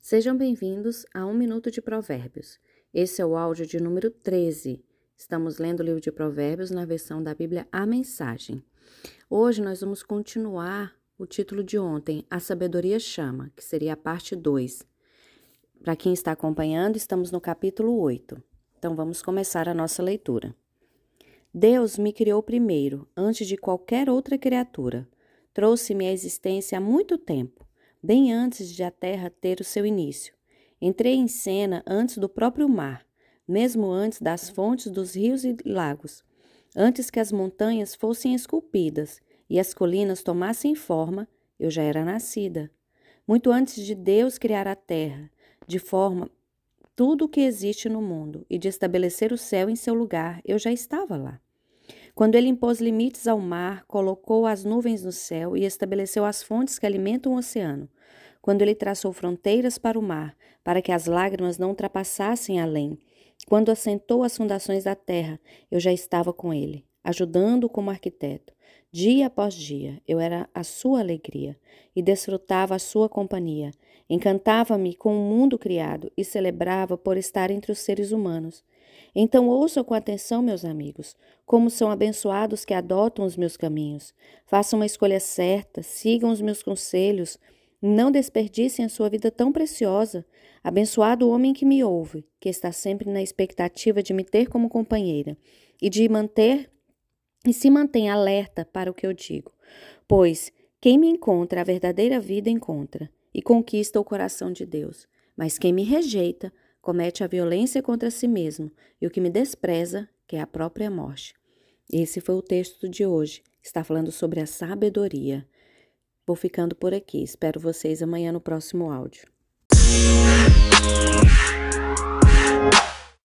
Sejam bem-vindos a 1 Minuto de Provérbios. Esse é o áudio de número 13. Estamos lendo o livro de Provérbios na versão da Bíblia A Mensagem. Hoje nós vamos continuar o título de ontem, A Sabedoria Chama, que seria a parte 2. Para quem está acompanhando, estamos no capítulo 8. Então vamos começar a nossa leitura. Deus me criou primeiro, antes de qualquer outra criatura. Trouxe-me à existência há muito tempo, bem antes de a terra ter o seu início. Entrei em cena antes do próprio mar, mesmo antes das fontes dos rios e lagos, antes que as montanhas fossem esculpidas e as colinas tomassem forma, eu já era nascida. Muito antes de Deus criar a terra, de forma tudo o que existe no mundo e de estabelecer o céu em seu lugar, eu já estava lá. Quando ele impôs limites ao mar, colocou as nuvens no céu e estabeleceu as fontes que alimentam o oceano. Quando ele traçou fronteiras para o mar, para que as lágrimas não ultrapassassem além. Quando assentou as fundações da terra, eu já estava com ele, ajudando-o como arquiteto. Dia após dia, eu era a sua alegria e desfrutava a sua companhia. Encantava-me com o mundo criado e celebrava por estar entre os seres humanos. Então ouçam com atenção, meus amigos, como são abençoados que adotam os meus caminhos. Façam uma escolha certa, sigam os meus conselhos, não desperdicem a sua vida tão preciosa. Abençoado o homem que me ouve, que está sempre na expectativa de me ter como companheira e se mantém alerta para o que eu digo. Pois quem me encontra a verdadeira vida encontra e conquista o coração de Deus. Mas quem me rejeita comete a violência contra si mesmo e o que me despreza quer a própria morte. Esse foi o texto de hoje. Está falando sobre a sabedoria. Vou ficando por aqui. Espero vocês amanhã no próximo áudio.